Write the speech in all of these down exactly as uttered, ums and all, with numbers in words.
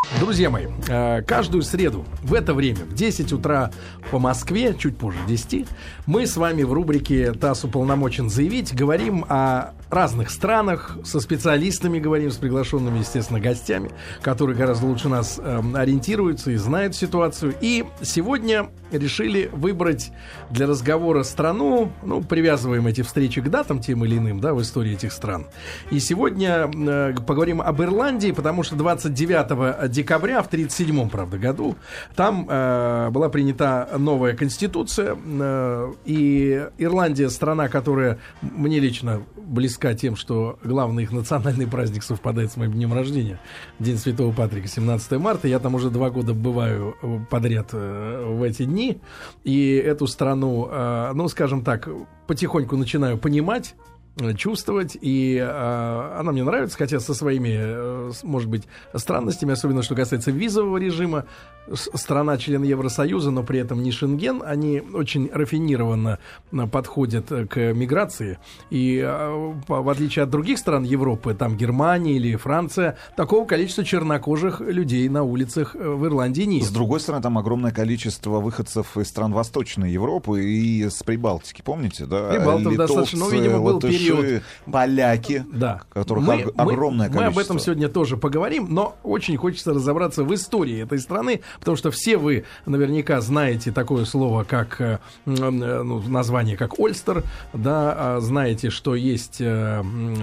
Друзья мои, каждую среду в это время, в десять утра по Москве, чуть позже десяти, мы с вами в рубрике «ТАСС уполномочен заявить» говорим о разных странах, со специалистами говорим, с приглашенными, естественно, гостями, которые гораздо лучше нас э, ориентируются и знают ситуацию. И сегодня решили выбрать для разговора страну, ну, привязываем эти встречи к датам тем или иным, да, в истории этих стран. И сегодня э, поговорим об Ирландии, потому что двадцать девятого декабря в тридцать седьмом, правда, году там э, была принята новая конституция, э, и Ирландия — страна, которая мне лично близка тем, что главный их национальный праздник совпадает с моим днем рождения, День Святого Патрика, семнадцатого марта. Я там уже два года бываю подряд э, в эти дни, и эту страну, э, ну, скажем так, потихоньку начинаю понимать, чувствовать, и э, она мне нравится, хотя со своими, э, может быть, странностями, особенно что касается визового режима. Страна член Евросоюза, но при этом не Шенген. Они очень рафинированно подходят к миграции, и э, в отличие от других стран Европы, там Германия или Франция, такого количества чернокожих людей на улицах в Ирландии нет. С другой стороны, там огромное количество выходцев из стран Восточной Европы и с Прибалтики, помните, да? Прибалтов Литовцы, достаточно, ну, видимо, был латыши, период. Поляки, да. которых мы, ог- огромное мы, количество. Мы об этом сегодня тоже поговорим, но очень хочется разобраться в истории этой страны, потому что все вы наверняка знаете такое слово, как ну, название, как Ольстер, да, знаете, что есть э,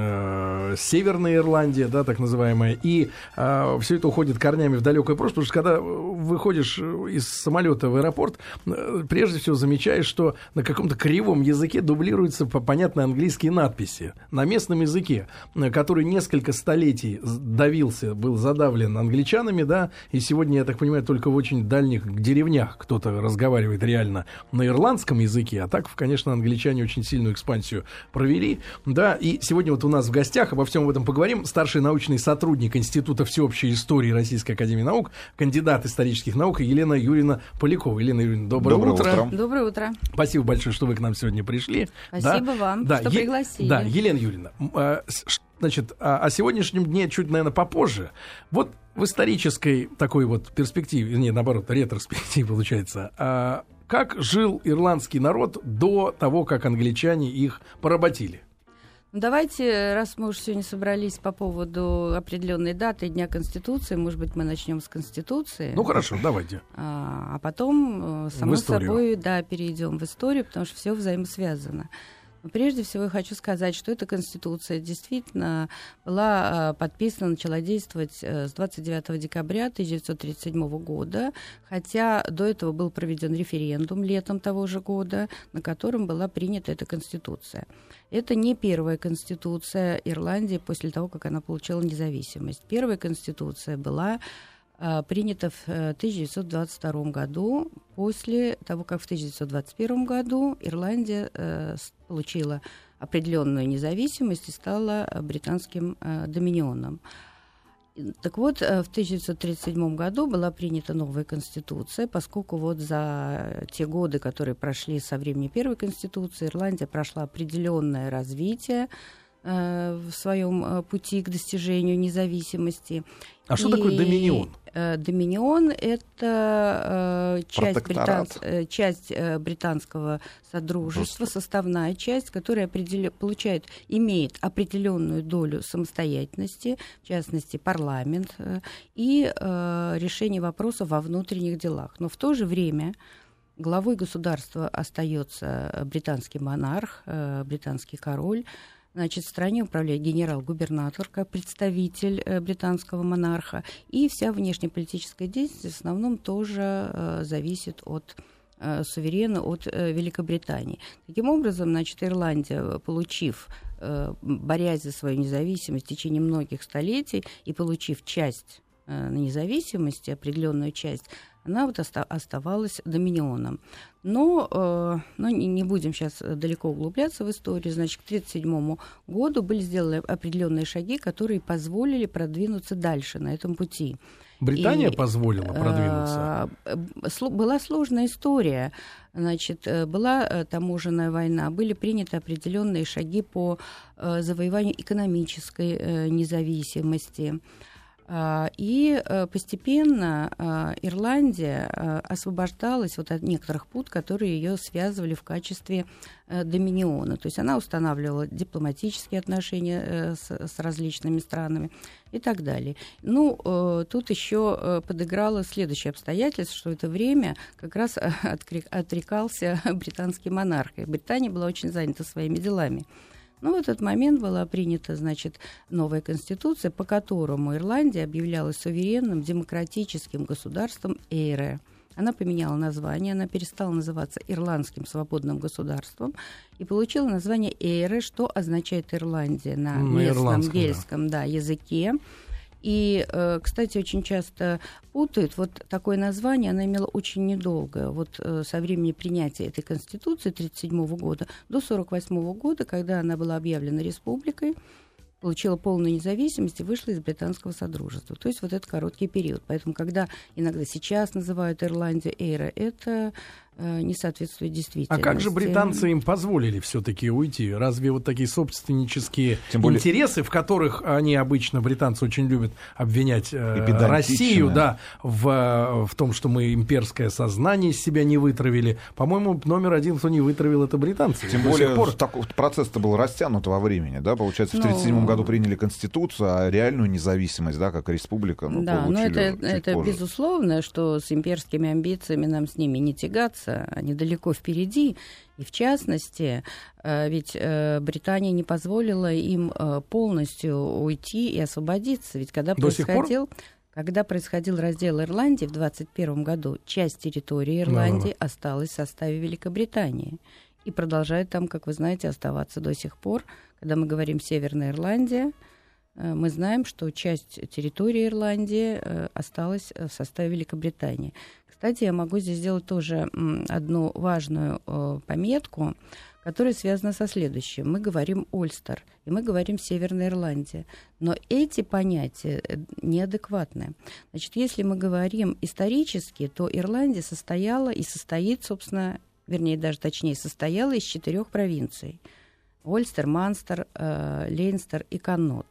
э, Северная Ирландия, да, так называемая, и э, все это уходит корнями в далекое прошлое, потому что когда выходишь из самолета в аэропорт, прежде всего замечаешь, что на каком-то кривом языке дублируются понятные английские надписи на местном языке, который несколько столетий давился, был задавлен англичанами, да, и сегодня, я так понимаю, только в очень дальних деревнях кто-то разговаривает реально на ирландском языке, а так, конечно, англичане очень сильную экспансию провели, да, и сегодня вот у нас в гостях, обо всем об этом поговорим, старший научный сотрудник Института всеобщей истории Российской академии наук, кандидат исторических наук Елена Юрьевна Полякова. Елена Юрьевна, доброе, доброе утро. утро. Доброе утро. Спасибо большое, что вы к нам сегодня пришли. Спасибо да? вам, да, что е- пригласили. Да, Елена Юрьевна, э, значит, о, о сегодняшнем дне чуть, наверное, попозже. Вот в исторической такой вот перспективе, не, наоборот, ретроспективе получается, а как жил ирландский народ до того, как англичане их поработили? Давайте, раз мы уже сегодня собрались по поводу определенной даты Дня Конституции, может быть, мы начнем с Конституции. Ну, хорошо, давайте. А, а потом, само собой, да, перейдем в историю, потому что все взаимосвязано. Но прежде всего я хочу сказать, что эта Конституция действительно была а, подписана, начала действовать а, с двадцать девятого декабря тысяча девятьсот тридцать седьмого года, хотя до этого был проведен референдум летом того же года, на котором была принята эта Конституция. Это не первая Конституция Ирландии после того, как она получила независимость. Первая Конституция была принято в тысяча девятьсот двадцать втором году, после того, как в тысяча девятьсот двадцать первом году Ирландия э, получила определенную независимость и стала британским э, доминионом. Так вот, в тысяча девятьсот тридцать седьмом году была принята новая конституция, поскольку вот за те годы, которые прошли со времени первой конституции, Ирландия прошла определенное развитие э, в своем э, пути к достижению независимости. А что и, такое доминион? Э, доминион — это э, часть, британ, э, часть э, британского содружества, Просто. составная часть, которая определя, получает, имеет определенную долю самостоятельности, в частности, парламент, э, и э, решение вопросов во внутренних делах. Но в то же время главой государства остается британский монарх, э, британский король. Значит, в стране управляет генерал-губернатор как представитель э, британского монарха, и вся внешнеполитическая деятельность в основном тоже э, зависит от э, суверена, от э, Великобритании. Таким образом, значит, Ирландия, получив, э, борясь за свою независимость в течение многих столетий и получив часть э, независимости, определенную часть, она вот оста- оставалась доминионом. Но, э, но не, не будем сейчас далеко углубляться в историю. Значит, к тысяча девятьсот тридцать седьмому году были сделаны определенные шаги, которые позволили продвинуться дальше на этом пути. Британия И, позволила продвинуться? Э, была сложная история. Значит, была таможенная война, были приняты определенные шаги по э, завоеванию экономической э, независимости. И постепенно Ирландия освобождалась вот от некоторых пут, которые ее связывали в качестве доминиона. То есть она устанавливала дипломатические отношения с, с различными странами и так далее. Ну, тут еще подыграло следующее обстоятельство, что в это время как раз отрекался британский монарх. И Британия была очень занята своими делами. Но в этот момент была принята, значит, новая конституция, по которому Ирландия объявлялась суверенным демократическим государством Эйре. Она поменяла название, она перестала называться Ирландским свободным государством и получила название Эйре, что означает Ирландия на, на местном гельском да. Да, языке. И, кстати, очень часто путают. Вот такое название, оно имело очень недолго. Вот со времени принятия этой Конституции тысяча девятьсот тридцать седьмого года до сорок восьмого года, когда она была объявлена республикой, получила полную независимость и вышла из британского содружества. То есть вот этот короткий период. Поэтому, когда иногда сейчас называют Ирландию Эйре, это э, не соответствует действительности. А как же британцы им позволили все-таки уйти? Разве вот такие собственнические более... интересы, в которых они обычно, британцы очень любят обвинять э, Россию, да, в, в том, что мы имперское сознание из себя не вытравили. По-моему, номер один, кто не вытравил, это британцы. Тем более пор... такой процесс-то был растянут во времени, да, получается, в ну... тридцать седьмом году приняли Конституцию, а реальную независимость, да, как республика, ну, да, но это, это позже. Безусловно, что с имперскими амбициями нам с ними не тягаться, они далеко впереди. И в частности, ведь Британия не позволила им полностью уйти и освободиться. Ведь когда До происходил... Когда происходил раздел Ирландии в двадцать первом году, часть территории Ирландии да. осталась в составе Великобритании. И продолжает там, как вы знаете, оставаться до сих пор. Когда мы говорим «Северная Ирландия», мы знаем, что часть территории Ирландии осталась в составе Великобритании. Кстати, я могу здесь сделать тоже одну важную пометку, которая связана со следующим. Мы говорим «Ольстер», и мы говорим «Северная Ирландия». Но эти понятия неадекватны. Значит, если мы говорим исторически, то Ирландия состояла и состоит, собственно, вернее, даже точнее, состояла из четырех провинций. Ольстер, Манстер, э, Лейнстер и Каннот.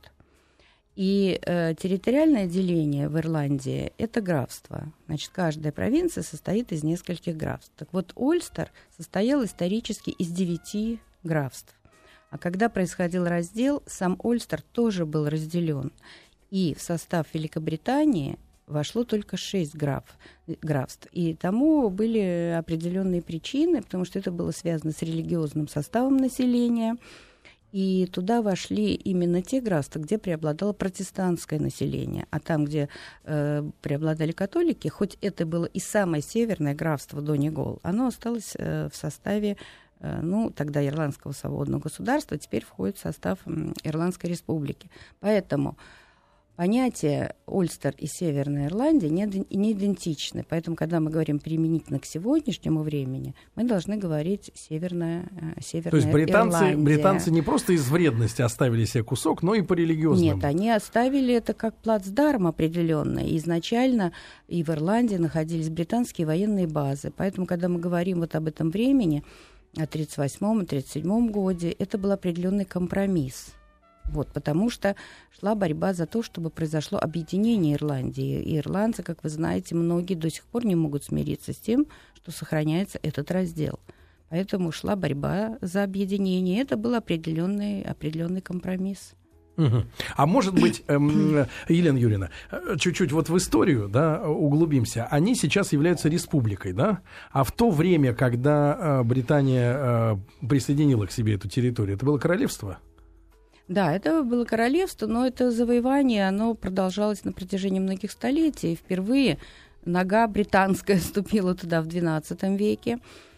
И э, территориальное деление в Ирландии – это графство. Значит, каждая провинция состоит из нескольких графств. Так вот, Ольстер состоял исторически из девяти графств. А когда происходил раздел, сам Ольстер тоже был разделен. И в состав Великобритании вошло только шесть граф, графств. И тому были определенные причины, потому что это было связано с религиозным составом населения. И туда вошли именно те графства, где преобладало протестантское население. А там, где э, преобладали католики, хоть это было и самое северное графство Донегол, оно осталось э, в составе, э, ну, тогда Ирландского свободного государства, теперь входит в состав э, Ирландской республики. Поэтому понятия Ольстер и Северная Ирландия не, не идентичны. Поэтому, когда мы говорим применительно к сегодняшнему времени, мы должны говорить Северная, Северная То есть британцы, Ирландия. британцы не просто из вредности оставили себе кусок, но и по религиозному. Нет, они оставили это как плацдарм определенный. Изначально и в Ирландии находились британские военные базы. Поэтому, когда мы говорим вот об этом времени, о тридцать восьмом и тридцать седьмом годе, это был определенный компромисс. Вот, потому что шла борьба за то, чтобы произошло объединение Ирландии. И ирландцы, как вы знаете, многие до сих пор не могут смириться с тем, что сохраняется этот раздел. Поэтому шла борьба за объединение. Это был определенный, определенный компромисс. Угу. А может быть, эм, Елена Юрьевна, чуть-чуть вот в историю, да, углубимся. Они сейчас являются республикой, да? А в то время, когда э, Британия э, присоединила к себе эту территорию, это было королевство? Да, это было королевство, но это завоевание, оно продолжалось на протяжении многих столетий. Впервые нога британская ступила туда в двенадцатом веке,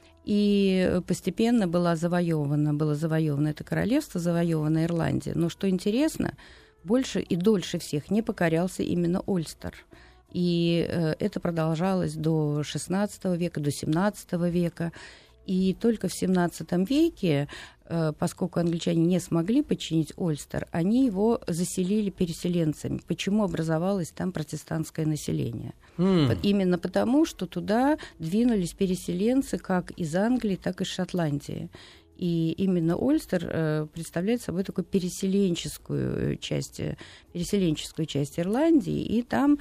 и постепенно была завоевана, было завоевано это королевство, завоевана Ирландия. Но что интересно, больше и дольше всех не покорялся именно Ольстер. И э, это продолжалось до шестнадцатого века, до семнадцатого века. И только в семнадцатом веке, э, поскольку англичане не смогли подчинить Ольстер, они его заселили переселенцами. Почему образовалось там протестантское население? Mm. Вот именно потому, что туда двинулись переселенцы как из Англии, так и из Шотландии. И именно Ольстер представляет собой такую переселенческую часть, переселенческую часть Ирландии, и там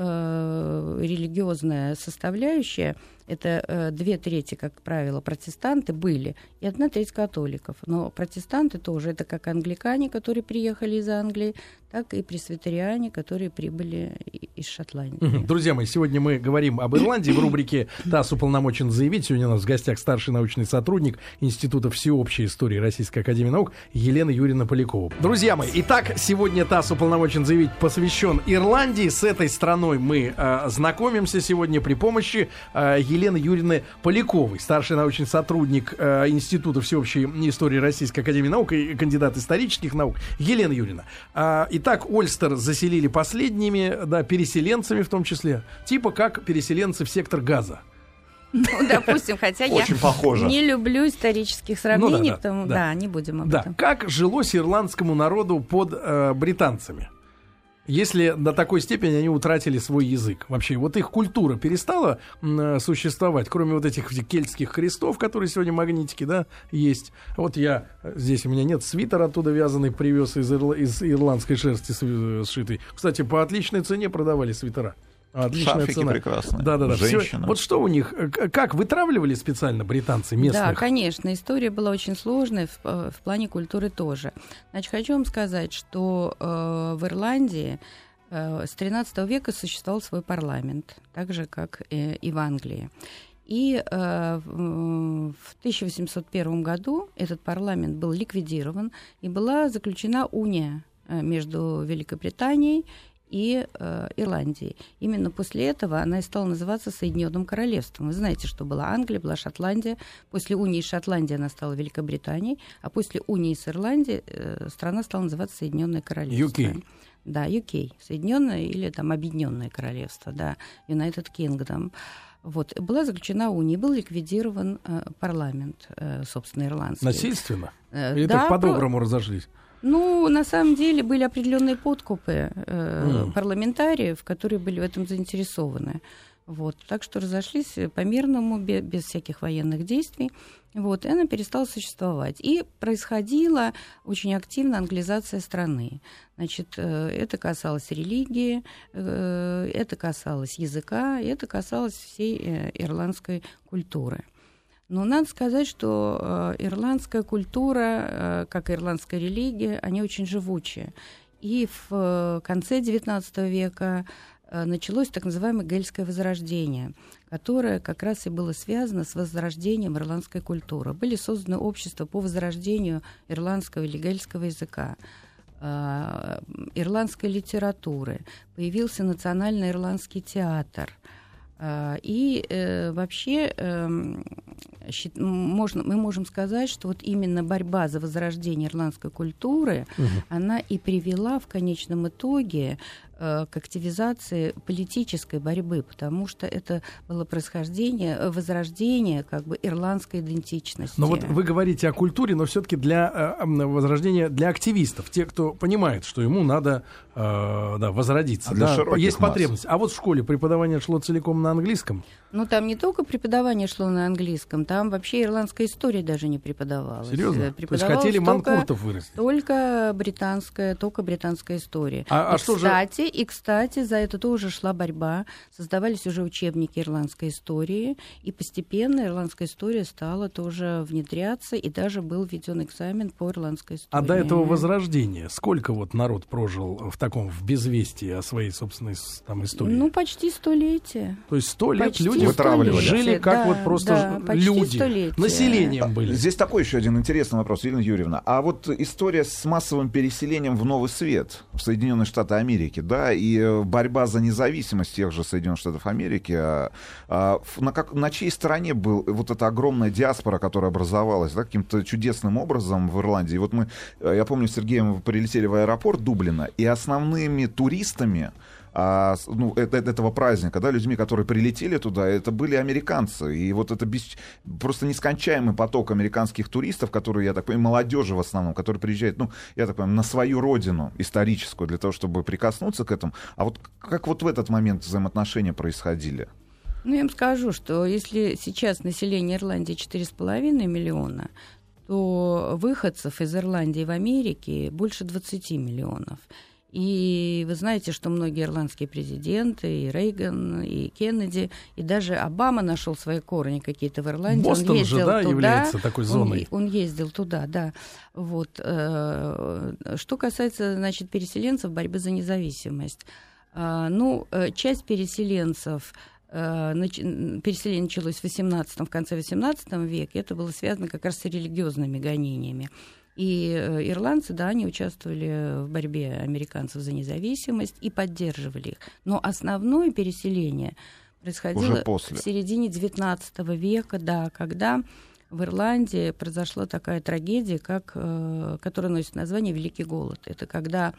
э, религиозная составляющая, это э, две трети, как правило, протестанты были, и одна треть католиков. Но протестанты тоже, это как англикане, которые приехали из Англии, так и пресвитериане, которые прибыли из Шотландии. Друзья мои, сегодня мы говорим об Ирландии в рубрике «ТАСС уполномочен заявить». Сегодня у нас в гостях старший научный сотрудник Института всеобщей истории Российской академии наук Елена Юрьевна Полякова. Друзья мои, итак, сегодня ТАСС уполномочен заявить посвящен Ирландии. С этой страной мы э, знакомимся сегодня при помощи э, Елены Юрьевны Поляковой, старший научный сотрудник э, Института всеобщей истории Российской академии наук и кандидат исторических наук. Елена Юрьевна, э, итак, Ольстер заселили последними, да, переселенцами в том числе, типа как переселенцы в сектор Газа. Ну, допустим, хотя я похоже. не люблю исторических сравнений, ну, да, да, потому да. да, не будем об да. этом. Как жилось ирландскому народу под э, британцами? Если до такой степени они утратили свой язык. Вообще, вот их культура перестала м, существовать, кроме вот этих кельтских крестов, которые сегодня магнитики, да, есть. Вот я, здесь у меня нет свитера оттуда вязаный, привез из, ирла, из ирландской шерсти сшитый. Кстати, по отличной цене продавали свитера. Отличная шарфики цена. Прекрасные. Да, да, да. Женщина. Всё. Вот что у них, как вытравливали специально британцы местных? Да, конечно, история была очень сложная, в, в плане культуры тоже. Значит, хочу вам сказать, что э, в Ирландии э, с тринадцатого века существовал свой парламент, так же, как э, и в Англии. И э, в тысяча восемьсот первом году этот парламент был ликвидирован, и была заключена уния э, между Великобританией и э, Ирландии. Именно после этого она и стала называться Соединенным Королевством. Вы знаете, что была Англия, была Шотландия. После унии с Шотландией она стала Великобританией, а после унии с Ирландией э, страна стала называться Соединенное Королевство. ю кей. Да, ю кей. Соединенное или там Объединенное Королевство, да, United Kingdom. Вот. Была заключена уния, был ликвидирован э, парламент, э, собственно, ирландский. Насильственно? Э, Или да, так по-доброму про... разошлись? Ну, на самом деле были определенные подкупы э, mm. парламентариев, которые были в этом заинтересованы. Вот. Так что разошлись по-мирному, без, без всяких военных действий. Вот. И она перестала существовать. И происходила очень активная англизация страны. Значит, э, это касалось религии, э, это касалось языка, это касалось всей э, ирландской культуры. Но надо сказать, что э, ирландская культура, э, как и ирландская религия, они очень живучие. И в э, конце девятнадцатого века э, началось так называемое Гельское возрождение, которое как раз и было связано с возрождением ирландской культуры. Были созданы общества по возрождению ирландского или гельского языка, э, ирландской литературы, появился Национальный ирландский театр. И э, вообще э, щит, можно, мы можем сказать, что вот именно борьба за возрождение ирландской культуры, угу. она и привела в конечном итоге э, к активизации политической борьбы, потому что это было происхождение, возрождение как бы ирландской идентичности. Но вот вы говорите о культуре, но все-таки для э, возрождения для активистов, те, кто понимает, что ему надо э, да, возродиться, а для да, есть масс. потребность. А вот в школе преподавание шло целиком на английском? Ну, там не только преподавание шло на английском, там вообще ирландская история даже не преподавалась. Серьезно? Преподавалась То есть хотели манкуртов вырастить? Только британская, только британская история. А, и, а что кстати, же... и, кстати, за это тоже шла борьба. Создавались уже учебники ирландской истории, и постепенно ирландская история стала тоже внедряться, и даже был введен экзамен по ирландской истории. А до этого возрождения сколько вот народ прожил в таком, в безвестии о своей собственной там истории? Ну, почти столетие. То есть сто лет почти люди вытравливали. жили как да, вот просто да, люди, столетие. населением были. Здесь такой еще один интересный вопрос, Елена Юрьевна. А вот история с массовым переселением в Новый Свет, в Соединенные Штаты Америки, да, и борьба за независимость тех же Соединенных Штатов Америки, а, а, на, как, на чьей стороне была вот эта огромная диаспора, которая образовалась, да, каким-то чудесным образом в Ирландии? Вот мы, я помню, с Сергеем прилетели в аэропорт Дублина, и основными туристами А, ну, это, этого праздника, да, людьми, которые прилетели туда, это были американцы. И вот это без, просто нескончаемый поток американских туристов, которые, я так понимаю, молодежи в основном, которые приезжают, ну, я так понимаю, на свою родину историческую для того, чтобы прикоснуться к этому. А вот как вот в этот момент взаимоотношения происходили? Ну, я вам скажу, что если сейчас население Ирландии четыре с половиной миллиона, то выходцев из Ирландии в Америке больше двадцать миллионов. И вы знаете, что многие ирландские президенты, и Рейган, и Кеннеди, и даже Обама нашел свои корни какие-то в Ирландии. Бостон он ездил же, да, туда, является такой зоной. Он, он ездил туда, да. Вот. Что касается, значит, переселенцев, борьбы за независимость. Ну, часть переселенцев... Переселение началось в восемнадцатом, в конце восемнадцатого века. Это было связано как раз с религиозными гонениями. И ирландцы, да, они участвовали в борьбе американцев за независимость и поддерживали их. Но основное переселение происходило в середине девятнадцатого века, да, когда в Ирландии произошла такая трагедия, как, которая носит название «Великий голод». Это когда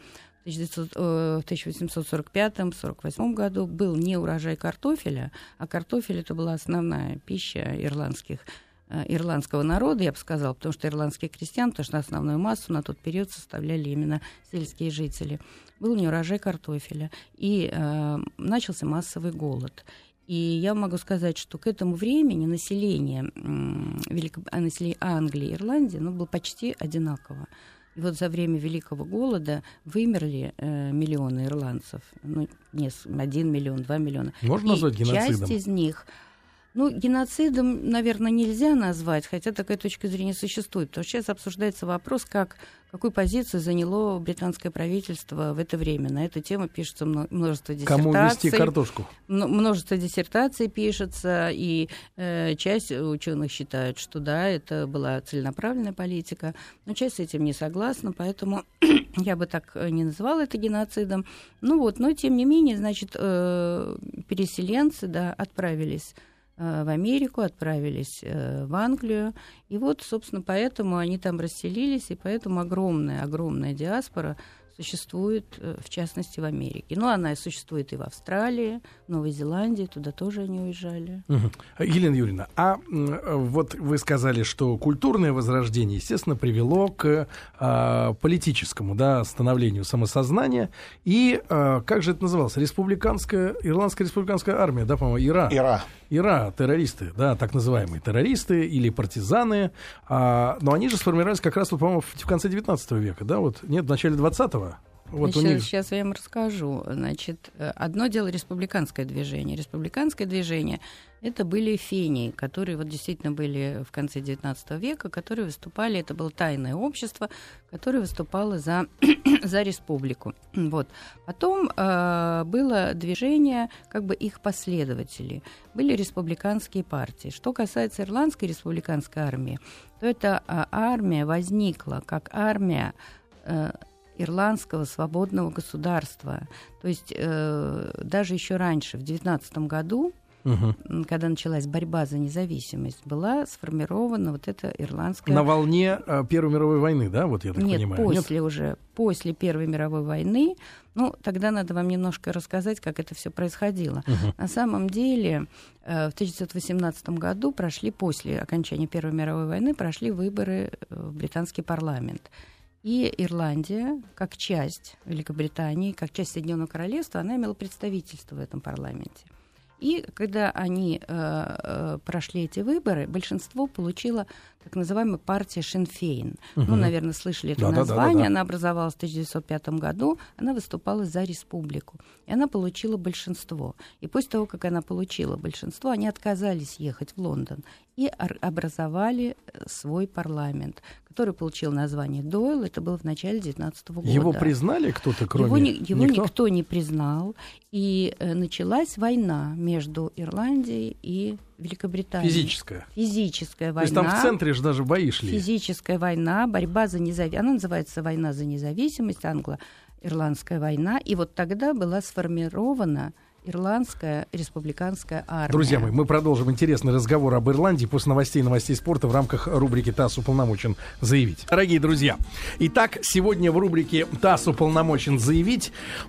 в тысяча восемьсот сорок пятом — сорок восьмом году был не урожай картофеля, а картофель — это была основная пища ирландских ирландского народа, я бы сказала, потому что ирландских крестьян, потому что основную массу на тот период составляли именно сельские жители. Был неурожай картофеля, и э, начался массовый голод. И я могу сказать, что к этому времени население, э, Велико... население Англии и Ирландии ну, было почти одинаково. И вот за время Великого голода вымерли э, миллионы ирландцев. Ну, не один миллион, два миллиона. Можно назвать геноцидом? Часть из них... Ну, геноцидом, наверное, нельзя назвать, хотя такая точка зрения существует. Потому что сейчас обсуждается вопрос, как, какую позицию заняло британское правительство в это время. На эту тему пишется множество диссертаций. Кому везти картошку? Множество диссертаций пишется, и э, часть ученых считают, что да, это была целенаправленная политика, но часть с этим не согласна, поэтому я бы так не называла это геноцидом. Ну вот, но тем не менее, значит, э, переселенцы, да, отправились в Америку, отправились в Англию. И вот, собственно, поэтому они там расселились, и поэтому огромная-огромная диаспора существует, в частности, в Америке. Ну, она существует и в Австралии, в Новой Зеландии, туда тоже они уезжали. Угу. Елена Юрьевна, а вот вы сказали, что культурное возрождение, естественно, привело к а, политическому, да, становлению самосознания. И, а, как же это называлось? Республиканская, Ирландская республиканская армия, да, по-моему, ИРА. ИРА. ИРА, террористы, да, так называемые террористы или партизаны. А, но они же сформировались как раз, вот, по-моему, в, в конце девятнадцатого века, да, вот, нет, в начале двадцатого. Вот Значит, у них... Сейчас я вам расскажу. Значит, одно дело республиканское движение. Республиканское движение — это были фении, которые вот действительно были в конце девятнадцатого века, которые выступали, это было тайное общество, которое выступало за, за республику. Вот. Потом э, было движение, как бы их последователей. Были республиканские партии. Что касается Ирландской республиканской армии, то эта э, армия возникла как армия э, Ирландского свободного государства. То есть э, даже еще раньше, в девятнадцатом году, угу. когда началась борьба за независимость, была сформирована вот эта ирландская... На волне э, Первой мировой войны, да, вот я так Нет, понимаю? После Нет, уже, после Первой мировой войны. Ну, тогда надо вам немножко рассказать, как это все происходило. Угу. На самом деле, э, в тысяча девятьсот восемнадцатом году прошли, после окончания Первой мировой войны, прошли выборы в британский парламент. И Ирландия, как часть Великобритании, как часть Соединенного Королевства, она имела представительство в этом парламенте. И когда они э, э, прошли эти выборы, большинство получила так называемая партия Сinn Féin. Угу. Ну, наверное, слышали это да, название. Да, да, да. Она образовалась в тысяча девятьсот пятом году. Она выступала за республику. И она получила большинство. И после того, как она получила большинство, они отказались ехать в Лондон и образовали свой парламент, который получил название Дойл. Это было в начале девятнадцатого года. Его признали кто-то, кроме Его, не, его никто? никто не признал. И э, началась война между Ирландией и Великобританией. Физическая. Физическая война. То есть там в центре же даже бои шли. Физическая война, борьба за независимость. Она называется «Война за независимость», англо-ирландская война. И вот тогда была сформирована Ирландская республиканская армия. Друзья мои, мы продолжим интересный разговор об Ирландии после новостей и новостей спорта в рамках рубрики «ТАСС уполномочен заявить». Дорогие друзья, итак, сегодня в рубрике «ТАСС уполномочен заявить»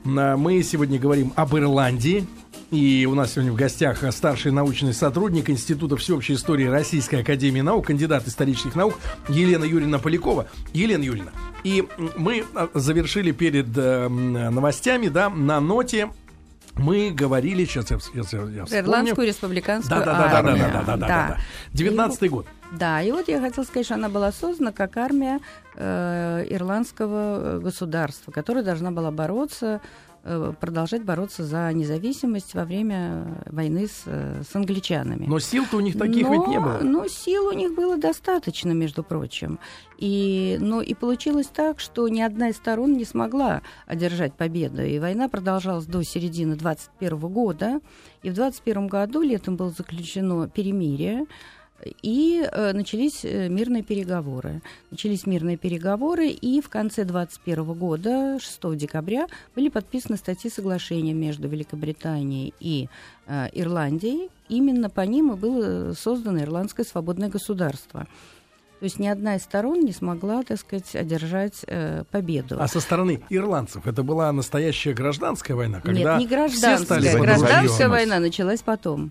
мы сегодня говорим об Ирландии. И у нас сегодня в гостях старший научный сотрудник Института всеобщей истории Российской академии наук, кандидат исторических наук Елена Юрьевна Полякова. Елена Юрьевна, и мы завершили перед э, новостями, да, на ноте Мы говорили, сейчас я, я, я вспомню. Ирландскую республиканскую да, да, армию. Да, да, да, да, да, да, да. девятнадцатый год. Да, и вот я хотела сказать, что она была создана как армия э, ирландского государства, которая должна была бороться, э, продолжать бороться за независимость во время войны с, с англичанами. Но сил-то у них таких но, ведь не было. Но сил у них было достаточно, между прочим. И, ну, и получилось так, что ни одна из сторон не смогла одержать победу. И война продолжалась до середины двадцать первого года. И в двадцать первом году летом было заключено перемирие. И э, начались э, мирные переговоры. Начались мирные переговоры, и в конце двадцать первого года, шестого декабря, были подписаны статьи соглашения между Великобританией и э, Ирландией. Именно по ним и было создано Ирландское свободное государство. То есть ни одна из сторон не смогла, так сказать, одержать э, победу. А со стороны ирландцев это была настоящая гражданская война? Когда Нет, не гражданская. Все стали гражданская война началась потом.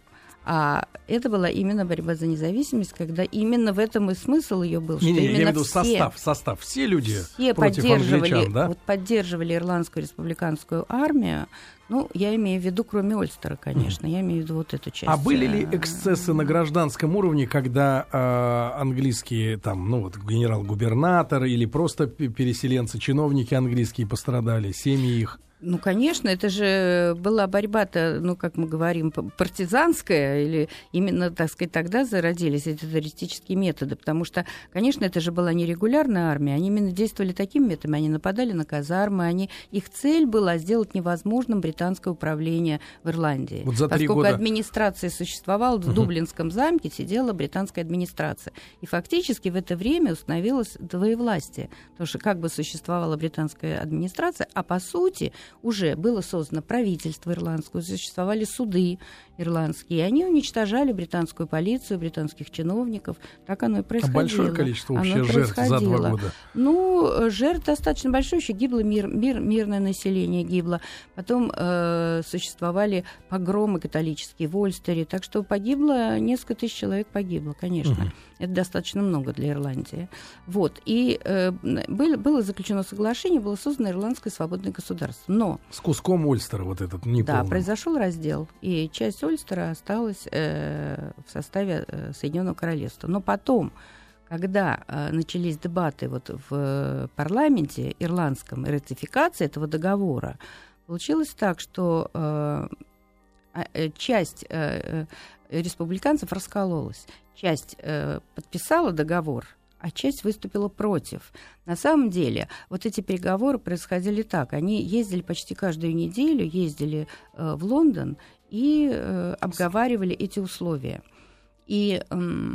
А это была именно борьба за независимость, когда именно в этом и смысл ее был. Не, что не, именно я имею в виду все, состав, состав. Все люди все против поддерживали, англичан, да? вот, поддерживали Ирландскую республиканскую армию. Ну, я имею в виду, кроме Ольстера, конечно, mm. я имею в виду вот эту часть. А были ли эксцессы на гражданском уровне, когда э, английские, там, ну вот, генерал-губернатор или просто переселенцы, чиновники английские пострадали, семьи их? Ну, конечно, это же была борьба-то, ну, как мы говорим, партизанская, или именно, так сказать, тогда зародились эти террористические методы, потому что, конечно, это же была не регулярная армия, они именно действовали таким методом, они нападали на казармы, они, их цель была сделать невозможным британское управление в Ирландии. Вот за три Поскольку года... администрация существовала, в Дублинском замке сидела британская администрация, и фактически в это время установилось двоевластие, потому что как бы существовала британская администрация, а по сути уже было создано правительство ирландское, существовали суды ирландские, и они уничтожали британскую полицию, британских чиновников. Так оно и происходило. А большое количество вообще оно жертв за два года? Ну, жертв достаточно большое, еще гибло мир, мир, мирное население гибло. Потом э, существовали погромы католические в Ольстере, так что погибло, несколько тысяч человек погибло, конечно. Угу. Это достаточно много для Ирландии. Вот. И э, было, было заключено соглашение, было создано Ирландское свободное государство. Но... С куском Ольстера вот этот неполный. Да, произошел раздел, и часть Ольстера осталась э, в составе э, Соединенного Королевства. Но потом, когда э, начались дебаты вот в э, парламенте ирландском, ратификация этого договора, получилось так, что э, э, часть э, э, республиканцев раскололась. Часть э, подписала договор, а часть выступила против. На самом деле, вот эти переговоры происходили так. Они ездили почти каждую неделю, ездили э, в Лондон и э, обговаривали эти условия. И э,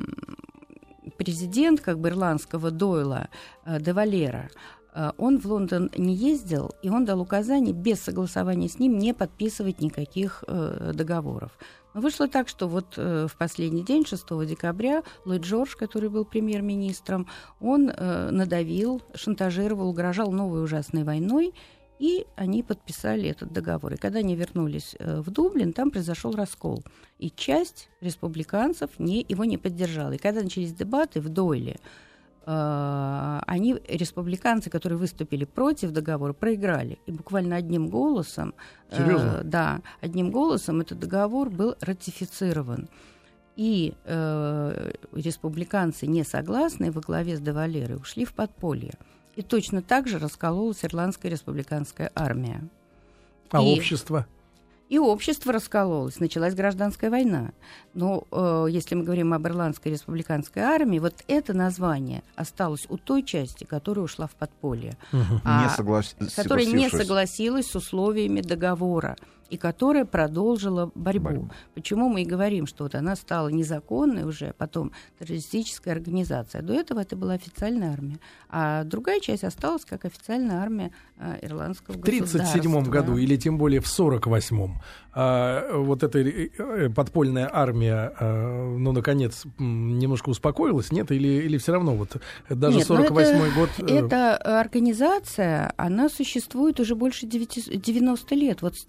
президент как бы ирландского Дойла, э, де Валера, э, он в Лондон не ездил, и он дал указание без согласования с ним не подписывать никаких э, договоров. Но вышло так, что вот э, в последний день, шестого декабря, Ллойд Джордж, который был премьер-министром, он э, надавил, шантажировал, угрожал новой ужасной войной, и они подписали этот договор. И когда они вернулись э, в Дублин, там произошел раскол. И часть республиканцев не, его не поддержала. И когда начались дебаты в Дойле, э, они, республиканцы, которые выступили против договора, проиграли. И буквально одним голосом, Серьезно? Э, да, одним голосом этот договор был ратифицирован. И э, республиканцы, не согласные, во главе с де Валерой, ушли в подполье. И точно так же раскололась Ирландская республиканская армия. А и, общество? И общество раскололось. Началась гражданская война. Но э, если мы говорим об Ирландской республиканской армии, вот это название осталось у той части, которая ушла в подполье. Угу. А, не соглас... которая не согласилась с условиями договора и которая продолжила борьбу. борьбу. Почему мы и говорим, что вот она стала незаконной уже, потом террористическая организация. До этого это была официальная армия. А другая часть осталась как официальная армия э, ирландского государства. В тридцать седьмом году или тем более в сорок восьмом э, вот эта э, подпольная армия, э, ну, наконец, немножко успокоилась, нет? Или, или все равно вот даже нет, сорок восьмой это, год... Э... Эта организация, она существует уже больше девяноста лет. Вот с девятнадцатого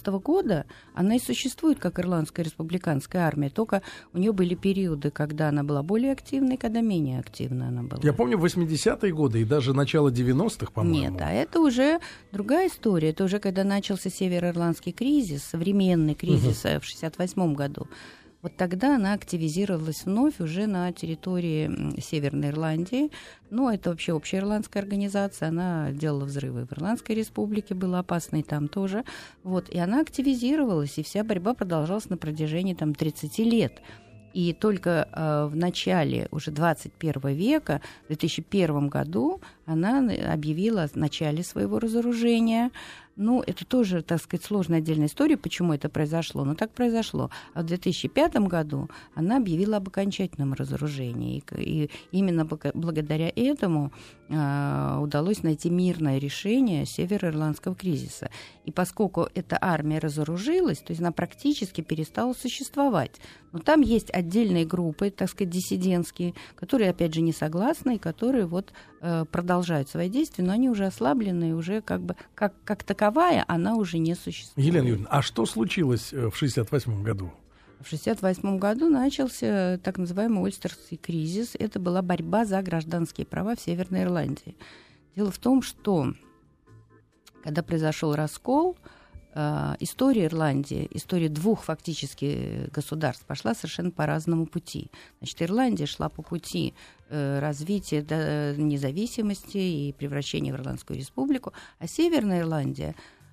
семнадцатого года она и существует как Ирландская республиканская армия, только у нее были периоды, когда она была более активной, когда менее активна она была. Я помню восьмидесятые годы и даже начало девяностых, по-моему. Нет, а это уже другая история. Это уже когда начался североирландский кризис, современный кризис угу. в шестьдесят восьмом году. Вот тогда она активизировалась вновь уже на территории Северной Ирландии. Ну, это вообще общая ирландская организация. Она делала взрывы в Ирландской республике, было опасно и там тоже. Вот. И она активизировалась, и вся борьба продолжалась на протяжении там, тридцати лет. И только э, в начале уже двадцать первого века, в две тысячи первом году, она объявила о начале своего разоружения. Ну, это тоже, так сказать, сложная отдельная история, почему это произошло, но так произошло. А в две тысячи пятом году она объявила об окончательном разоружении. И, и именно благодаря этому э, удалось найти мирное решение североирландского кризиса. И поскольку эта армия разоружилась, то есть она практически перестала существовать. Но там есть отдельные группы, так сказать, диссидентские, которые, опять же, не согласны, и которые вот, э, продолжают свои действия, но они уже ослаблены, уже как бы как, как таковая она уже не существует. Елена Юрьевна, а что случилось в шестьдесят восьмом году? В шестьдесят восьмом году начался так называемый Ульстерский кризис. Это была борьба за гражданские права в Северной Ирландии. Дело в том, что когда произошел раскол, э, история Ирландии, история двух фактически государств пошла совершенно по разному пути. Значит, Ирландия шла по пути э, развития до независимости и превращения в Ирландскую республику, а Северная Ирландия,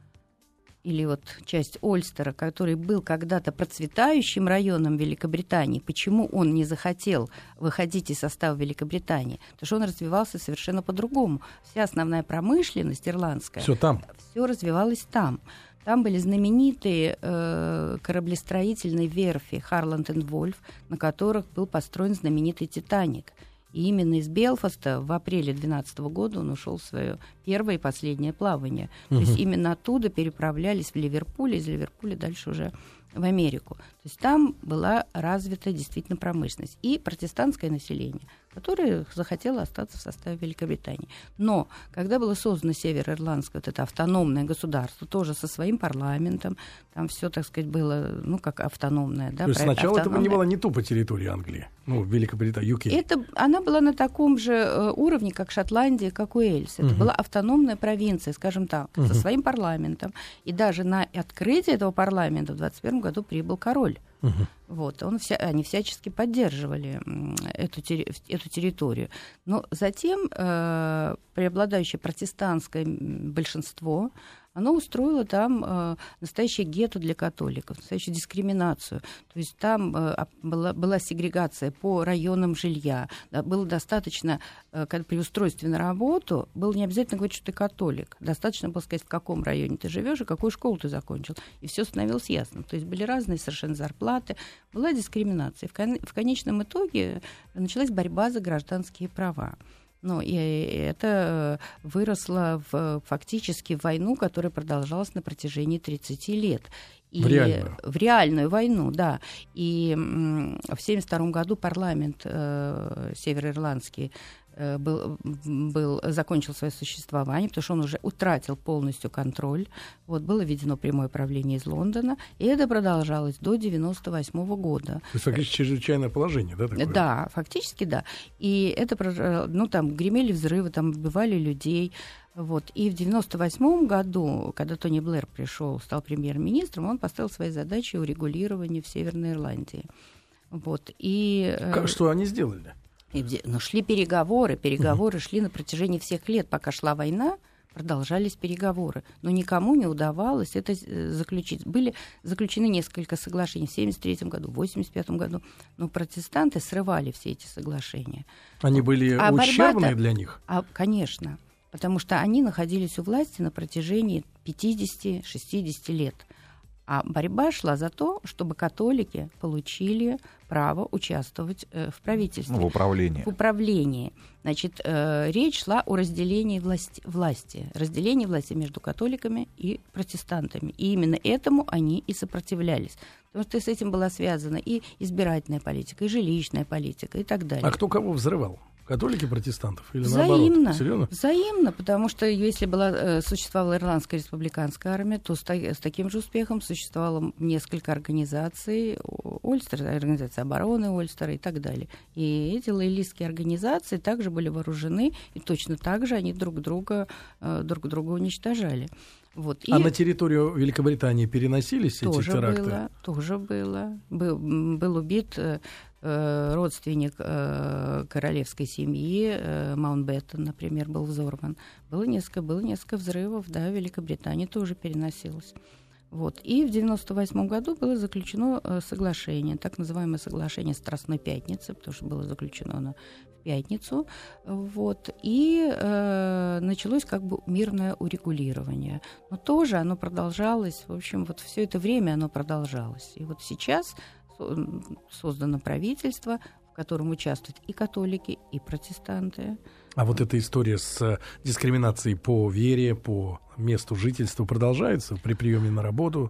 или вот часть Ольстера, который был когда-то процветающим районом Великобритании, почему он не захотел выходить из состава Великобритании? Потому что он развивался совершенно по-другому. Вся основная промышленность ирландская, все там, все развивалось там. Там были знаменитые э, кораблестроительные верфи Харланд энд Вольф, на которых был построен знаменитый «Титаник». И именно из Белфаста в апреле две тысячи двенадцатого года он ушел в свое первое и последнее плавание. Угу. То есть именно оттуда переправлялись в Ливерпуль, из Ливерпуля дальше уже в Америку. То есть там была развита действительно промышленность и протестантское население, которое захотело остаться в составе Великобритании. Но когда было создано Североирландское вот это автономное государство, тоже со своим парламентом, там все, так сказать, было, ну, как автономное. Да, то есть сначала это не было не тупо территория Англии, ну, Великобритании, ю кей. Это, она была на таком же э, уровне, как Шотландия, как Уэльс. Это uh-huh. была автономная провинция, скажем так, uh-huh. со своим парламентом. И даже на открытие этого парламента в двадцать первом году прибыл король. Uh-huh. Вот, он вся, они всячески поддерживали эту, эту территорию. Но затем э, преобладающее протестантское большинство, оно устроило там э, настоящее гетто для католиков, настоящую дискриминацию. То есть там э, была, была сегрегация по районам жилья. Да, было достаточно, э, когда при устройстве на работу, было не обязательно говорить, что ты католик. Достаточно было сказать, в каком районе ты живешь и какую школу ты закончил. И все становилось ясно. То есть были разные совершенно зарплаты, была дискриминация. В, кон- в конечном итоге началась борьба за гражданские права. Ну, и это выросло в, фактически в войну, которая продолжалась на протяжении тридцати лет. И в реальную? В реальную войну, да. И м- в семьдесят втором году парламент э, североирландский э, был, был, закончил свое существование, потому что он уже утратил полностью контроль. Вот, было введено прямое правление из Лондона, и это продолжалось до девяносто восьмого года. То есть фактически чрезвычайное положение, да? Такое? Да, фактически да. И это, ну, там гремели взрывы, там убивали людей. Вот. И в девяносто восьмом году, когда Тони Блэр пришел, стал премьер-министром, он поставил свои задачи урегулирования в Северной Ирландии. Вот. И, как, что они сделали? И, ну, шли переговоры. Переговоры uh-huh. шли на протяжении всех лет, пока шла война. Продолжались переговоры, но никому не удавалось это заключить. Были заключены несколько соглашений в семьдесят третьем году, в восемьдесят пятом году, но протестанты срывали все эти соглашения. Они были а ущербные для них? А, конечно, потому что они находились у власти на протяжении пятьдесят-шестьдесят лет. А борьба шла за то, чтобы католики получили право участвовать э, в правительстве. В управлении. В управлении. Значит, э, речь шла о разделении власти, власти, разделении власти между католиками и протестантами. И именно этому они и сопротивлялись. Потому что с этим была связана и избирательная политика, и жилищная политика, и так далее. А кто кого взрывал? Католики протестантов? Или взаимно, наоборот? Серьезно? Взаимно, потому что если была, существовала Ирландская республиканская армия, то с, с таким же успехом существовало несколько организаций, Ольстер, организация обороны Ольстера и так далее. И эти лоялистские организации также были вооружены, и точно так же они друг друга, друг друга уничтожали. Вот. А и на территорию Великобритании переносились эти теракты? Было, тоже было. Был, был убит э, родственник э, королевской семьи, э, Маунтбеттен, например, был взорван. Было несколько, было несколько взрывов, да, в Великобритании тоже переносилось. Вот. И в девяносто восьмом году было заключено э, соглашение, так называемое соглашение Страстной Пятницы, потому что было заключено оно в пятницу. Вот. И э, началось как бы мирное урегулирование. Но тоже оно продолжалось, в общем, вот все это время оно продолжалось. И вот сейчас создано правительство, в котором участвуют и католики, и протестанты. А вот эта история с дискриминацией по вере, по месту жительства продолжается при приеме на работу?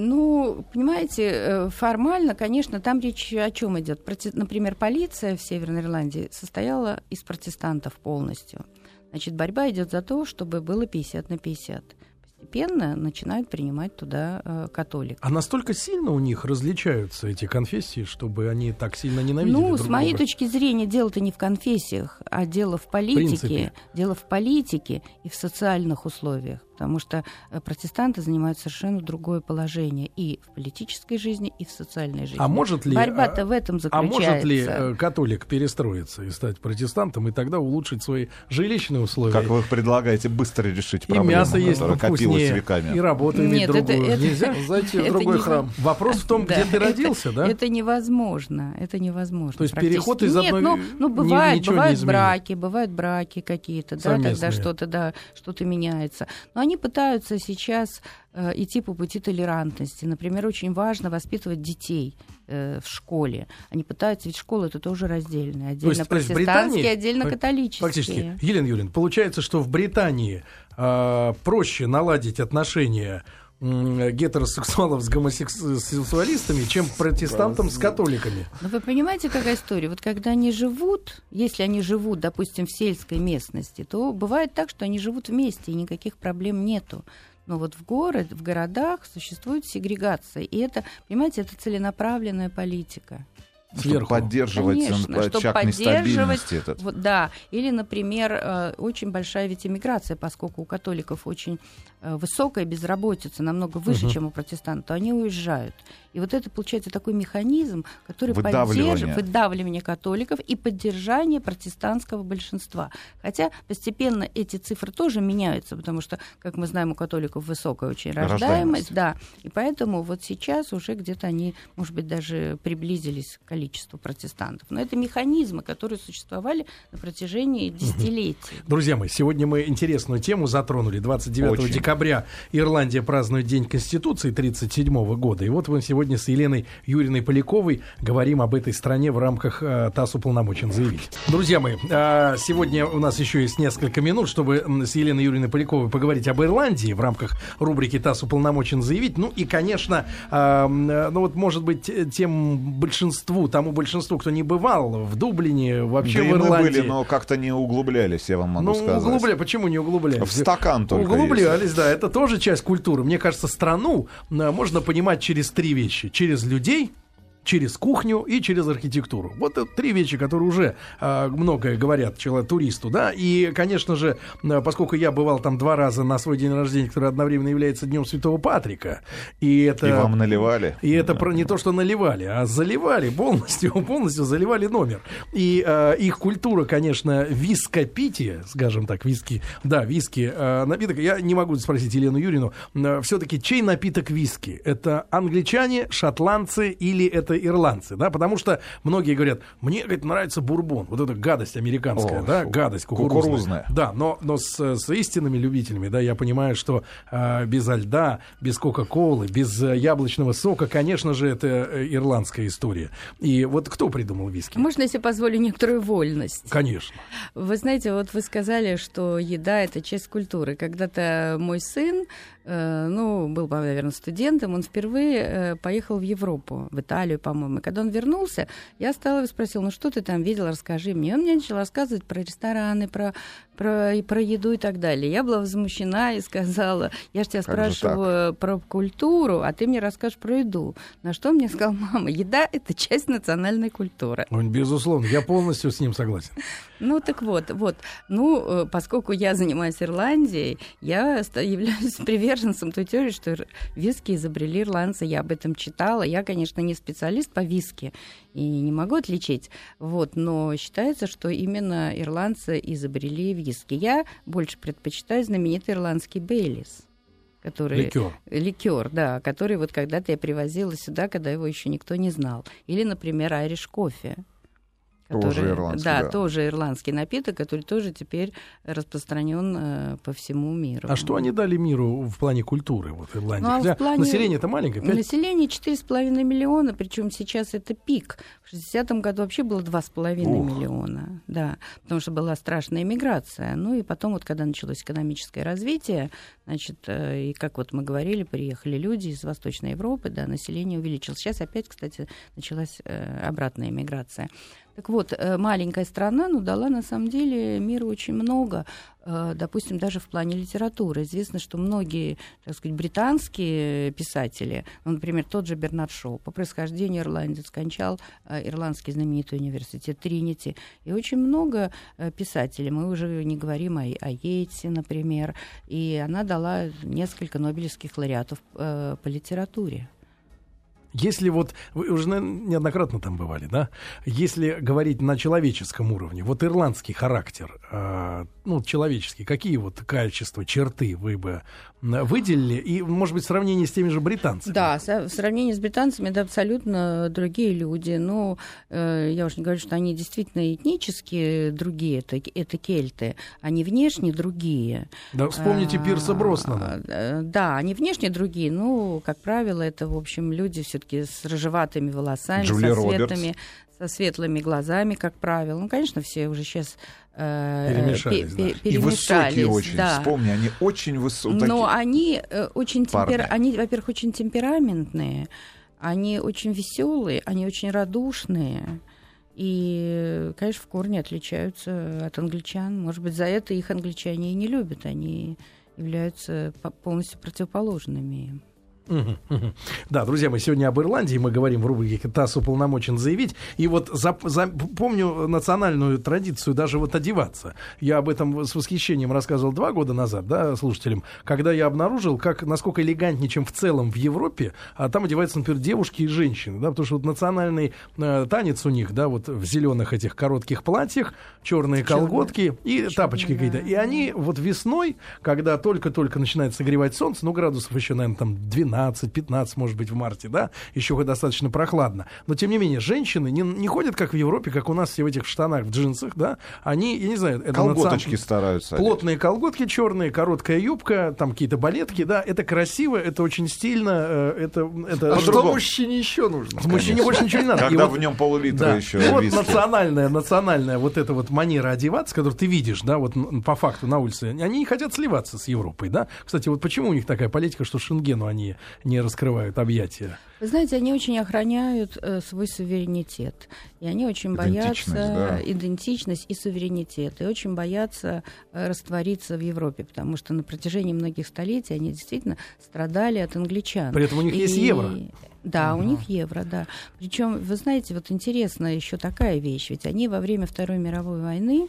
Ну, понимаете, формально, конечно, там речь о чем идет. Например, полиция в Северной Ирландии состояла из протестантов полностью. Значит, борьба идет за то, чтобы было пятьдесят на пятьдесят. Постепенно начинают принимать туда э, католиков. А настолько сильно у них различаются эти конфессии, чтобы они так сильно ненавидели Ну, друг с моей друга? точки зрения, дело-то не в конфессиях, а дело в политике. В дело в политике и в социальных условиях. Потому что протестанты занимают совершенно другое положение и в политической жизни, и в социальной жизни. А может ли, борьба-то в этом заключается. А может ли католик перестроиться и стать протестантом, и тогда улучшить свои жилищные условия? Как вы их предлагаете быстро решить проблему, и мясо есть которая копилась веками. И работу иметь другую. Это, это, Нельзя зайти в другой не... храм. Вопрос в том, да, где ты это, родился, да? Это невозможно. Это невозможно. То есть переход из одной... Нет, ну, ну бывает, бывают браки, бывают браки какие-то, да, когда что-то, да, что-то меняется. Но они пытаются сейчас э, идти по пути толерантности. Например, очень важно воспитывать детей э, в школе. Они пытаются, ведь школа это тоже раздельная. Отдельно то есть, протестантские, отдельно католические. Фактически, Елена Юрьевна, получается, что в Британии э, проще наладить отношения гетеросексуалов с гомосексуалистами, чем протестантам с католиками. Но вы понимаете, какая история? Вот когда они живут, если они живут, допустим, в сельской местности, то бывает так, что они живут вместе, и никаких проблем нету. Но вот в город, в городах существует сегрегация. И это, понимаете, это целенаправленная политика. Чтобы поддерживать Конечно, очаг нестабильности этот. Вот, да. Или, например, очень большая ведь эмиграция, поскольку у католиков очень высокая безработица, намного выше, угу. чем у протестантов, то они уезжают. И вот это, получается, такой механизм, который поддерживает выдавливание католиков и поддержание протестантского большинства. Хотя постепенно эти цифры тоже меняются, потому что, как мы знаем, у католиков высокая очень рождаемость. рождаемость да. И поэтому вот сейчас уже где-то они, может быть, даже приблизились к количеству протестантов. Но это механизмы, которые существовали на протяжении десятилетий. Друзья мои, сегодня мы интересную тему затронули. двадцать девятого декабря Ирландия празднует День Конституции тридцать седьмого года. И вот мы сегодня с Еленой Юрьевной Поляковой говорим об этой стране в рамках э, ТАСС уполномочен заявить. Друзья мои, э, сегодня у нас еще есть несколько минут, чтобы с Еленой Юрьевной Поляковой поговорить об Ирландии в рамках рубрики ТАСС уполномочен заявить. Ну и, конечно, э, ну вот, может быть, тем большинству, тому большинству, кто не бывал в Дублине, вообще да в Ирландии. Мы были, но как-то не углублялись, я вам могу ну, сказать. Углубля... Почему не углублялись? В стакан только. Углублялись, есть. Да, это тоже часть культуры. Мне кажется, страну можно понимать через три вещи. Через людей, через кухню и через архитектуру. Вот это три вещи, которые уже э, многое говорят человек, туристу, да, и, конечно же, э, поскольку я бывал там два раза на свой день рождения, который одновременно является Днем Святого Патрика, и это... И вам наливали. И это про, не то, что наливали, а заливали полностью, полностью заливали номер. И э, их культура, конечно, вископитие, скажем так, виски, да, виски, э, напиток, я не могу спросить Елену Юрьевну, э, все-таки чей напиток виски? Это англичане, шотландцы или это ирландцы, да, потому что многие говорят, мне, говорит, нравится бурбон, вот эта гадость американская, О, да, гадость кукурузная. кукурузная. Да, но, но с, с истинными любителями, да, я понимаю, что э, без льда, без кока-колы, без э, яблочного сока, конечно же, это э, ирландская история. И вот кто придумал виски? Можно я себе позволю некоторую вольность? Конечно. Вы знаете, вот вы сказали, что еда — это часть культуры. Когда-то мой сын ну, был, наверное, студентом, он впервые поехал в Европу, в Италию, по-моему. И когда он вернулся, я стала его спросила, ну, что ты там видел, расскажи мне. И он мне начал рассказывать про рестораны, про, про, про еду и так далее. Я была возмущена и сказала, я же тебя как спрашиваю про культуру, а ты мне расскажешь про еду. На что мне сказала мама, еда — это часть национальной культуры. Он, безусловно, я полностью с ним согласен. Ну, так вот, вот. Ну, поскольку я занимаюсь Ирландией, я являюсь приверженцем той теории, что виски изобрели ирландцы. Я об этом читала. Я, конечно, не специалист по виски и не могу отличить. Вот, но считается, что именно ирландцы изобрели виски. Я больше предпочитаю знаменитый ирландский Бейлис. Который, ликер. Ликер, да, который вот когда-то я привозила сюда, когда его еще никто не знал. Или, например, айриш кофе. Который, тоже ирландский, да, да. тоже ирландский напиток, который тоже теперь распространен э, по всему миру. А что они дали миру в плане культуры, вот Ирландии? Ну, а Хотя плане... население-то маленькое. пять... Население четыре с половиной миллиона, причем сейчас это пик. В шестидесятом году вообще было два с половиной миллиона. Да, потому что была страшная миграция. Ну и потом, вот когда началось экономическое развитие, значит, э, и как вот мы говорили, приехали люди из Восточной Европы, да, население увеличилось. Сейчас опять, кстати, началась э, обратная миграция. Так вот, маленькая страна, ну, дала на самом деле миру очень много, допустим, даже в плане литературы. Известно, что многие, так сказать, британские писатели, ну, например, тот же Бернард Шоу, по происхождению ирландец, кончал ирландский знаменитый университет Тринити. И очень много писателей, мы уже не говорим о, о Йейтсе, например, и она дала несколько нобелевских лауреатов по литературе. Если вот, вы уже неоднократно там бывали, да? Если говорить на человеческом уровне, вот ирландский характер, э, ну, человеческий, какие вот качества, черты вы бы выделили? И, может быть, в сравнении с теми же британцами? Да, в сравнении с британцами это абсолютно другие люди. Ну, э, я уж не говорю, что они действительно этнически другие, это, это кельты, они внешне другие. Да, вспомните а, Пирса Броснана. А, да, они внешне другие, ну, как правило, это, в общем, люди все с рыжеватыми волосами, со светлыми, со светлыми глазами, как правило. Ну, конечно, все уже сейчас э, перемешались. Пе- да. перемешались. И высокие очень, да. вспомни, они очень высокие. Но они э, очень, темпер... они, во-первых, очень темпераментные, они очень веселые, они очень радушные. И, конечно, в корне отличаются от англичан. Может быть, за это их англичане и не любят. Они являются полностью противоположными им. Да, друзья, мы сегодня об Ирландии, мы говорим в рубрике «ТАСС уполномочен заявить». И вот за, за, помню национальную традицию даже вот одеваться. Я об этом с восхищением рассказывал два года назад, да, слушателям, когда я обнаружил, как, насколько элегантнее, чем в целом в Европе, а там одеваются, например, девушки и женщины, да, потому что вот национальный э, танец у них, да, вот в зеленых этих коротких платьях, черные колготки и черные, тапочки какие-то. Да. И они вот весной, когда только-только начинает согревать солнце, ну, градусов еще, наверное, там двенадцать-пятнадцать, может быть, в марте, да, еще достаточно прохладно. Но, тем не менее, женщины не, не ходят, как в Европе, как у нас все в этих штанах, в джинсах, да, они, я не знаю... Это колготочки наци... стараются. Плотные колготки черные, короткая юбка, там какие-то балетки, да, это красиво, это очень стильно, это... это а что мужчине еще нужно? Мужчине больше ничего не надо. Когда вот, в нем пол-литра да, еще и вот виски. национальная, национальная вот эта вот манера одеваться, которую ты видишь, да, вот по факту на улице, они не хотят сливаться с Европой, да. Кстати, вот почему у них такая политика, что Шенгену они не раскрывают объятия? Вы знаете, они очень охраняют э, свой суверенитет. И они очень боятся да. идентичность и суверенитет. И очень боятся э, раствориться в Европе, потому что на протяжении многих столетий они действительно страдали от англичан. При этом у них и... есть евро. Да, угу. у них евро, да. Причем, вы знаете, вот интересно еще такая вещь. Ведь они во время Второй мировой войны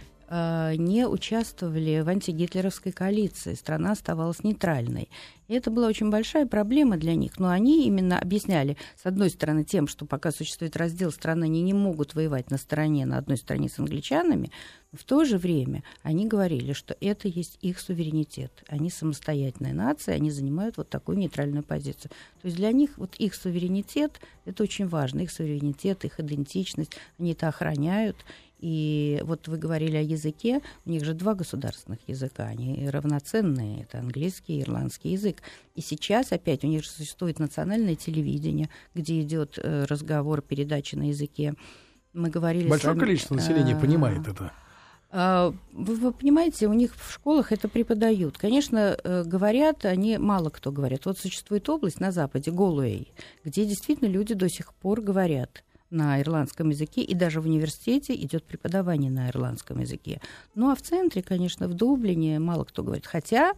э, не участвовали в антигитлеровской коалиции. Страна оставалась нейтральной. И это была очень большая проблема для них. Но они именно объясняли, с одной стороны, тем, что пока существует раздел страны, они не могут воевать на стороне, на одной стороне с англичанами. Но в то же время они говорили, что это есть их суверенитет. Они самостоятельная нация, они занимают вот такую нейтральную позицию. То есть для них вот их суверенитет, это очень важно. Их суверенитет, их идентичность, они это охраняют. И вот вы говорили о языке, у них же два государственных языка, они равноценные, это английский и ирландский язык. И сейчас опять у них же существует национальное телевидение, где идет э, разговор, передача на языке. Мы говорили Большое с вами, количество населения э, понимает это. Вы, вы понимаете, у них в школах это преподают. Конечно, говорят, они мало кто говорят. Вот существует область на Западе, Галуэй, где действительно люди до сих пор говорят на ирландском языке, и даже в университете идет преподавание на ирландском языке. Ну а в центре, конечно, в Дублине мало кто говорит. Хотя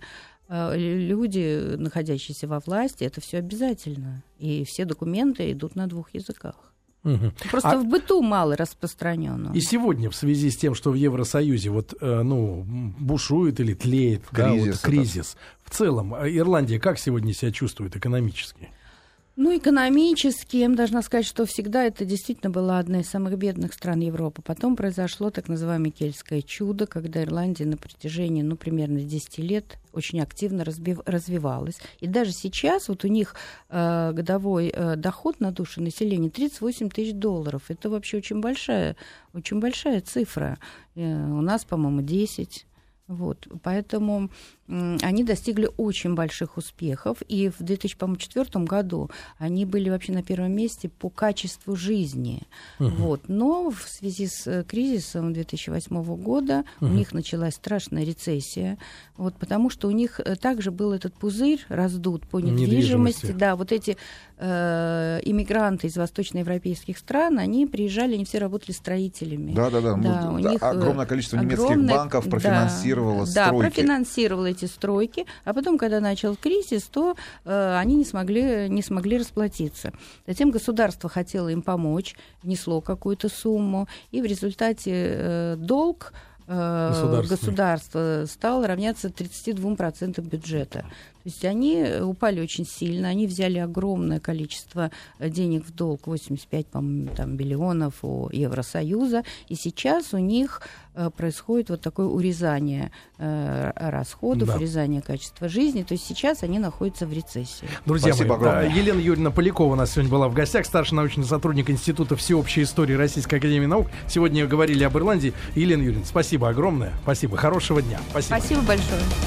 люди, находящиеся во власти, это все обязательно. И все документы идут на двух языках. Угу. Просто а... в быту мало распространено. И сегодня в связи с тем, что в Евросоюзе вот, э, ну, бушует или тлеет кризис, да, вот, кризис. В целом, Ирландия как сегодня себя чувствует экономически? Ну, экономически, я должна сказать, что всегда это действительно была одна из самых бедных стран Европы. Потом произошло так называемое кельтское чудо, когда Ирландия на протяжении, ну, примерно десять лет очень активно разбив, развивалась. И даже сейчас вот у них э, годовой э, доход на душу населения тридцать восемь тысяч долларов. Это вообще очень большая, очень большая цифра. Э, у нас, по-моему, десять. Вот, поэтому м, они достигли очень больших успехов, и в две тысячи четвёртом году они были вообще на первом месте по качеству жизни. Uh-huh. Вот, но в связи с кризисом две тысячи восьмого года uh-huh. у них началась страшная рецессия, вот, потому что у них также был этот пузырь раздут по недвижимости. недвижимости. Да, вот эти э, иммигранты из восточноевропейских стран, они приезжали, они все работали строителями. Да-да-да, да, да, них, огромное количество немецких огромное, банков профинансировало. Да, стройки. Да, профинансировала эти стройки, а потом, когда начал кризис, то э, они не смогли, не смогли расплатиться. Затем государство хотело им помочь, внесло какую-то сумму, и в результате э, долг э, государства стал равняться тридцати двум процентам бюджета. То есть они упали очень сильно, они взяли огромное количество денег в долг, восемьдесят пять, по-моему, там, миллионов у Евросоюза, и сейчас у них э, происходит вот такое урезание э, расходов, да. урезание качества жизни, то есть сейчас они находятся в рецессии. Друзья Спасибо мои, огромное. Елена Юрьевна Полякова у нас сегодня была в гостях, старший научный сотрудник Института всеобщей истории Российской академии наук. Сегодня говорили об Ирландии. Елена Юрьевна, спасибо огромное, спасибо, хорошего дня. Спасибо, спасибо большое.